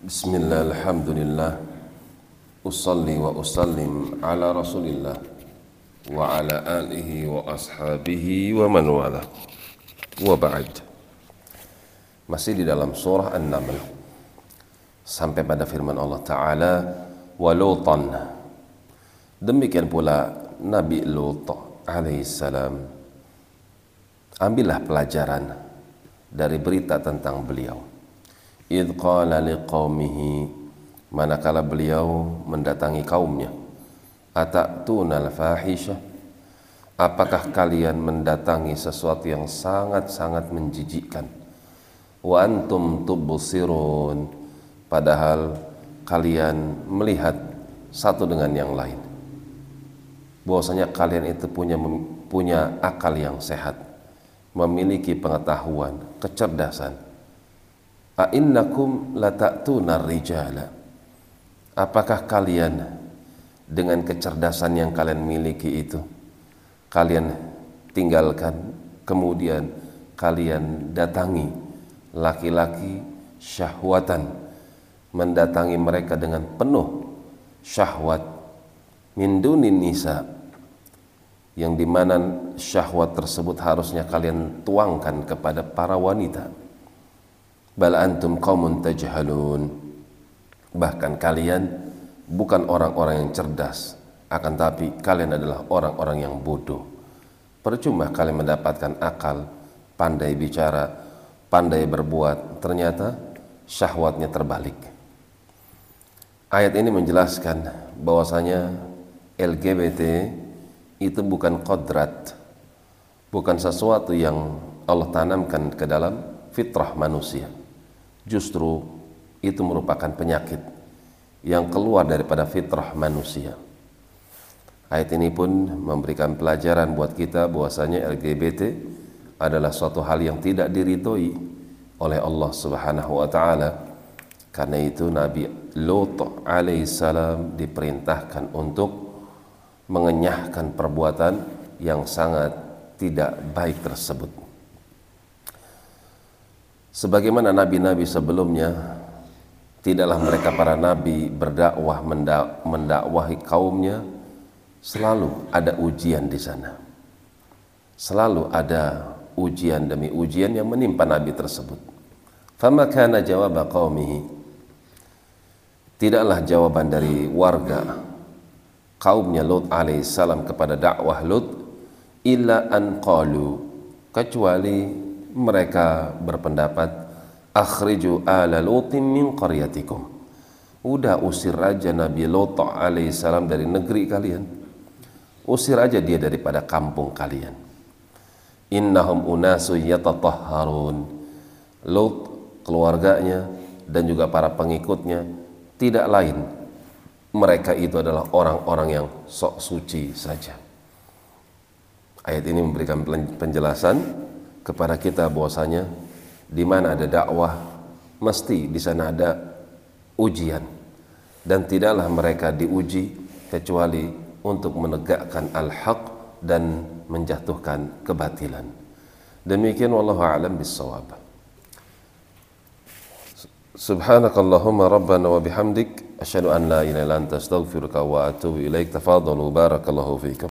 Bismillah, alhamdulillah, usalli wa usallim ala rasulillah wa ala alihi wa ashabihi wa man wala wa ba'd. Masih di dalam surah An-Naml sampai pada firman Allah Ta'ala wa Lutan. Demikian pula Nabi Lut alaihissalam. Ambillah pelajaran dari berita tentang beliau. Idh qala liqaumihi, manakala beliau mendatangi kaumnya, atatuna al-fahisha, apakah kalian mendatangi sesuatu yang sangat-sangat menjijikkan, wa antum tubsirun, padahal kalian melihat satu dengan yang lain, bahwasanya kalian itu punya akal yang sehat, memiliki pengetahuan, kecerdasan. A'innakum lata'tuna rijala, apakah kalian dengan kecerdasan yang kalian miliki itu kalian tinggalkan, kemudian kalian datangi laki-laki syahwatan, mendatangi mereka dengan penuh syahwat, min dunin nisa, yang dimana syahwat tersebut harusnya kalian tuangkan kepada para wanita. Bal antum qaumun tajhalun, bahkan kalian bukan orang-orang yang cerdas, akan tapi kalian adalah orang-orang yang bodoh. Percuma kalian mendapatkan akal, pandai bicara, pandai berbuat, ternyata syahwatnya terbalik. Ayat ini menjelaskan bahwasanya LGBT itu bukan kodrat, bukan sesuatu yang Allah tanamkan ke dalam fitrah manusia. Justru itu merupakan penyakit yang keluar daripada fitrah manusia. Ayat ini pun memberikan pelajaran buat kita bahwasanya LGBT adalah suatu hal yang tidak diridhoi oleh Allah Subhanahu wa taala. Karena itu Nabi Lut alaihissalam diperintahkan untuk mengenyahkan perbuatan yang sangat tidak baik tersebut. Sebagaimana nabi-nabi sebelumnya, tidaklah mereka para nabi berdakwah mendakwahi kaumnya, selalu ada ujian di sana. Selalu ada ujian demi ujian yang menimpa nabi tersebut. Fama kana jawaba qaumihi, tidaklah jawaban dari warga kaumnya Lut alaihissalam kepada dakwah Lut illa an qalu, kecuali mereka berpendapat, akhriju ala Lutin min qaryatikum, udah usir aja Nabi Lut alaihissalam dari negeri kalian, usir aja dia daripada kampung kalian. Innahum unasu yatatahharun, Lut, keluarganya dan juga para pengikutnya tidak lain, mereka itu adalah orang-orang yang sok suci saja. Ayat ini memberikan penjelasan kepada kita bahwasanya di mana ada dakwah mesti di sana ada ujian, dan tidaklah mereka diuji kecuali untuk menegakkan al-haq dan menjatuhkan kebatilan. Demikian wallahu a'lam bissawab. Subhanakallahumma rabbana wa bihamdik asyhadu an la ilaha illa anta astaghfiruka wa atubu ilaik. Tafadhalu barakallahu fiikum.